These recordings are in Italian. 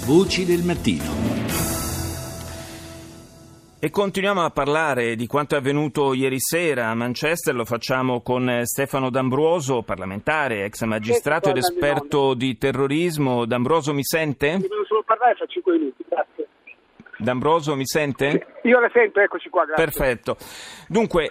Voci del mattino. E continuiamo a parlare di quanto è avvenuto ieri sera a Manchester. Lo facciamo con Stefano D'Ambroso, parlamentare, ex magistrato ed esperto di terrorismo. D'Ambroso, mi sente? Devo solo parlare, fa 5 minuti, grazie. D'Ambroso, mi sente? Io la sento, eccoci qua, grazie. Perfetto. Dunque,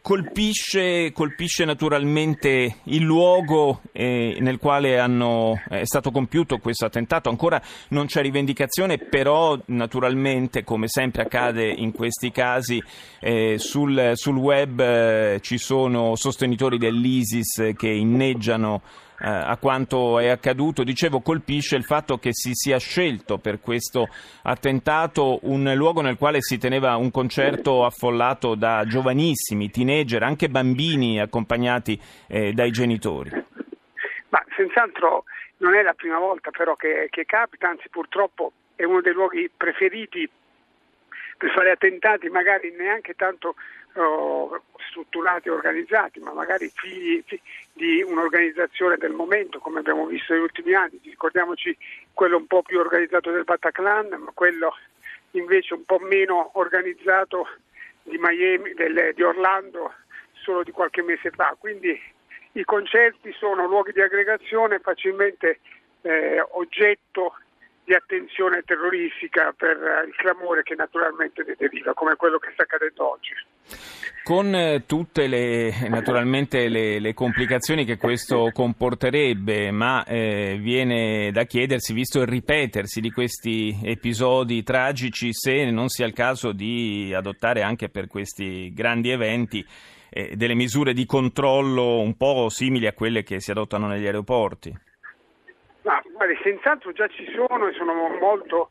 colpisce naturalmente il luogo nel quale è stato compiuto questo attentato. Ancora non c'è rivendicazione, però naturalmente, come sempre accade in questi casi, sul web ci sono sostenitori dell'ISIS che inneggiano a quanto è accaduto. Dicevo, colpisce il fatto che si sia scelto per questo attentato un luogo nel quale si teneva un concerto affollato da giovanissimi, teenager, anche bambini accompagnati dai genitori. Ma senz'altro non è la prima volta però che capita, anzi purtroppo è uno dei luoghi preferiti per fare attentati, magari neanche tanto strutturati e organizzati, ma magari figli di un'organizzazione del momento, come abbiamo visto negli ultimi anni. Ricordiamoci quello un po' più organizzato del Bataclan, ma quello invece un po' meno organizzato di Miami, di Orlando, solo di qualche mese fa. Quindi i concerti sono luoghi di aggregazione facilmente oggetto di attenzione terroristica per il clamore che naturalmente ne deriva, come quello che sta accadendo oggi. Con tutte le complicazioni che questo comporterebbe, ma viene da chiedersi, visto il ripetersi di questi episodi tragici, se non sia il caso di adottare anche per questi grandi eventi delle misure di controllo un po' simili a quelle che si adottano negli aeroporti. Ma guardi, senz'altro già ci sono e sono molto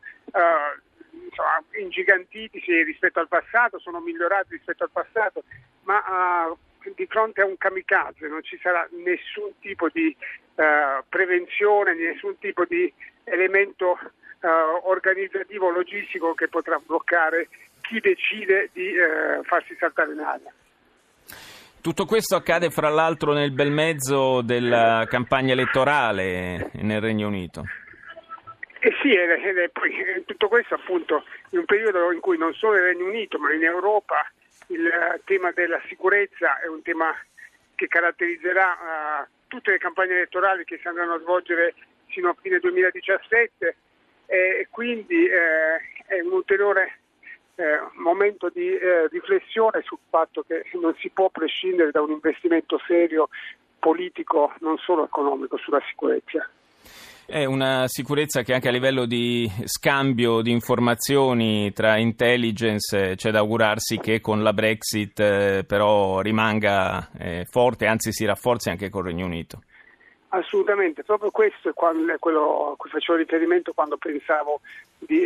ingigantiti rispetto al passato, sono migliorati rispetto al passato, ma di fronte a un kamikaze non ci sarà nessun tipo di prevenzione, nessun tipo di elemento organizzativo, logistico che potrà bloccare chi decide di farsi saltare in aria. Tutto questo accade fra l'altro nel bel mezzo della campagna elettorale nel Regno Unito. Sì, poi tutto questo appunto in un periodo in cui non solo nel Regno Unito ma in Europa il tema della sicurezza è un tema che caratterizzerà tutte le campagne elettorali che si andranno a svolgere fino a fine 2017 e quindi è un ulteriore momento di riflessione sul fatto che non si può prescindere da un investimento serio politico, non solo economico, sulla sicurezza. È una sicurezza che anche a livello di scambio di informazioni tra intelligence c'è da augurarsi che con la Brexit però rimanga forte, anzi si rafforzi anche col Regno Unito. Assolutamente, proprio questo è quello a cui facevo riferimento quando pensavo di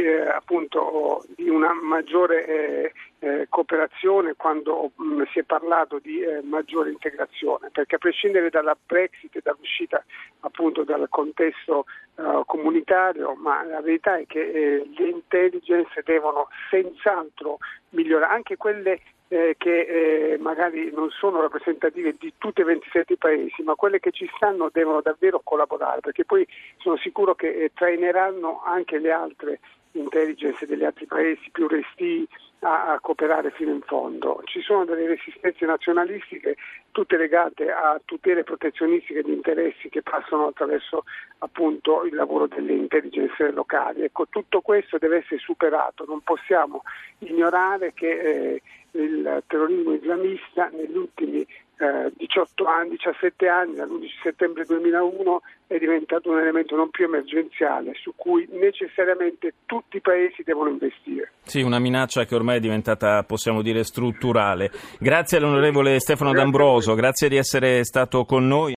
una maggiore cooperazione, quando si è parlato di maggiore integrazione, perché a prescindere dalla Brexit e dall'uscita appunto dal contesto comunitario, ma la verità è che le intelligence devono senz'altro migliorare, anche quelle che magari non sono rappresentative di tutti i 27 paesi, ma quelle che ci stanno devono davvero collaborare, perché poi sono sicuro che traineranno anche le altre intelligence degli altri paesi più restii a cooperare fino in fondo. Ci sono delle resistenze nazionalistiche tutte legate a tutele protezionistiche di interessi che passano attraverso appunto il lavoro delle intelligence locali. Ecco, tutto questo deve essere superato, non possiamo ignorare che il terrorismo islamista negli ultimi 17 anni, dall'11 settembre 2001, è diventato un elemento non più emergenziale su cui necessariamente tutti i paesi devono investire. Sì, una minaccia che ormai è diventata, possiamo dire, strutturale. Grazie all'onorevole Stefano D'Ambroso, grazie di essere stato con noi.